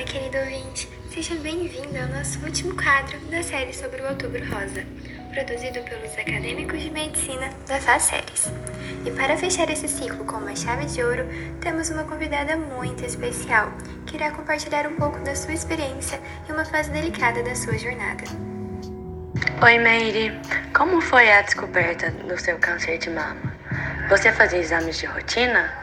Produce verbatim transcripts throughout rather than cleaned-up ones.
Olá, querido ouvinte! Seja bem-vindo ao nosso último quadro da série sobre o Outubro Rosa, produzido pelos acadêmicos de medicina da FACERES. E para fechar esse ciclo com uma chave de ouro, temos uma convidada muito especial, que irá compartilhar um pouco da sua experiência em uma fase delicada da sua jornada. Oi, Meire. Como foi a descoberta do seu câncer de mama? Você fazia exames de rotina?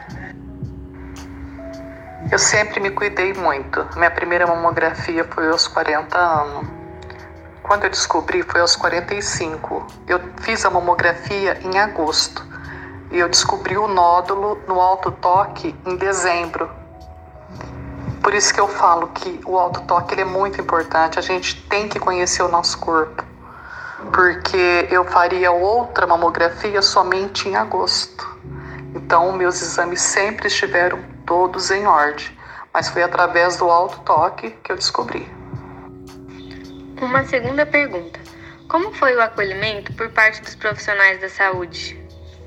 Eu sempre me cuidei muito. Minha primeira mamografia foi aos quarenta anos. Quando eu descobri foi aos quarenta e cinco. Eu fiz a mamografia em agosto. E eu descobri o nódulo no autotoque em dezembro. Por isso que eu falo que o autotoque ele é muito importante. A gente tem que conhecer o nosso corpo. Porque eu faria outra mamografia somente em agosto. Então, meus exames sempre estiveram todos em ordem. Mas foi através do autotoque que eu descobri. Uma segunda pergunta. Como foi o acolhimento por parte dos profissionais da saúde?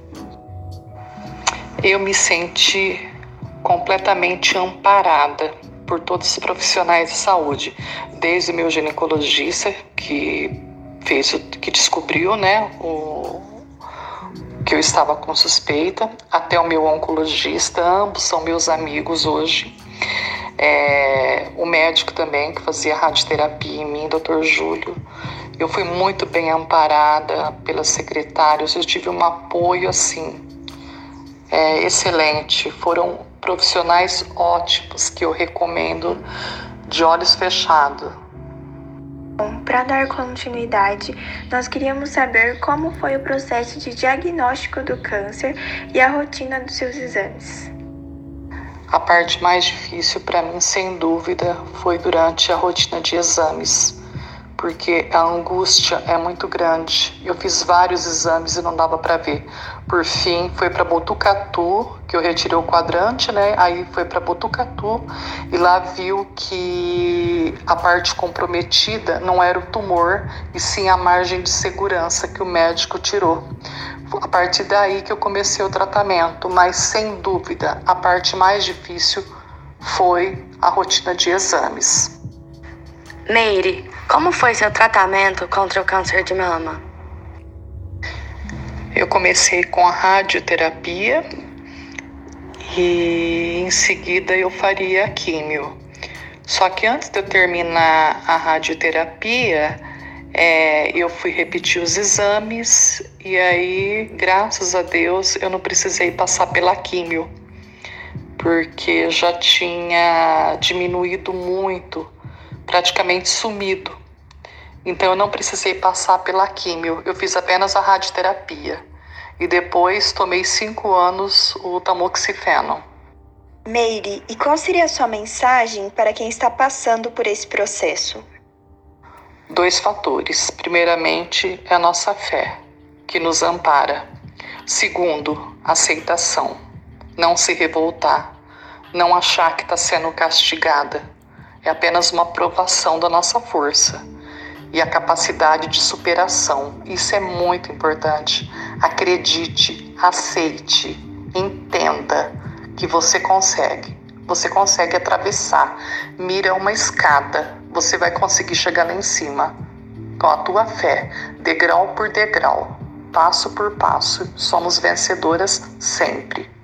Eu me senti completamente amparada por todos os profissionais de saúde. Desde o meu ginecologista, que fez, que descobriu, né, o que eu estava com suspeita, até o meu oncologista, ambos são meus amigos hoje. É, o médico também, que fazia radioterapia em mim, doutor Júlio. Eu fui muito bem amparada pelas secretárias, eu tive um apoio, assim, é, excelente. Foram profissionais ótimos que eu recomendo de olhos fechados. Para dar continuidade, nós queríamos saber como foi o processo de diagnóstico do câncer e a rotina dos seus exames. A parte mais difícil para mim, sem dúvida, foi durante a rotina de exames, porque a angústia é muito grande. Eu fiz vários exames e não dava para ver. Por fim, foi para Botucatu, que eu retirei o quadrante, né? Aí foi para Botucatu e lá viu que a parte comprometida não era o tumor, e sim a margem de segurança que o médico tirou. A partir daí que eu comecei o tratamento, mas sem dúvida a parte mais difícil foi a rotina de exames. Meire, como foi seu tratamento contra o câncer de mama? Eu comecei com a radioterapia e em seguida eu faria a químio. Só que antes de eu terminar a radioterapia, é, eu fui repetir os exames e aí, graças a Deus, eu não precisei passar pela químio, porque já tinha diminuído muito, praticamente sumido. Então eu não precisei passar pela químio, eu fiz apenas a radioterapia. E depois tomei cinco anos o tamoxifeno. Meire, e qual seria a sua mensagem para quem está passando por esse processo? Dois fatores. Primeiramente, é a nossa fé, que nos ampara. Segundo, aceitação. Não se revoltar. Não achar que está sendo castigada. É apenas uma provação da nossa força e a capacidade de superação. Isso é muito importante. Acredite, aceite, entenda que você consegue. Você consegue atravessar. Mira uma escada, você vai conseguir chegar lá em cima. Com a tua fé, degrau por degrau, passo por passo, somos vencedoras sempre.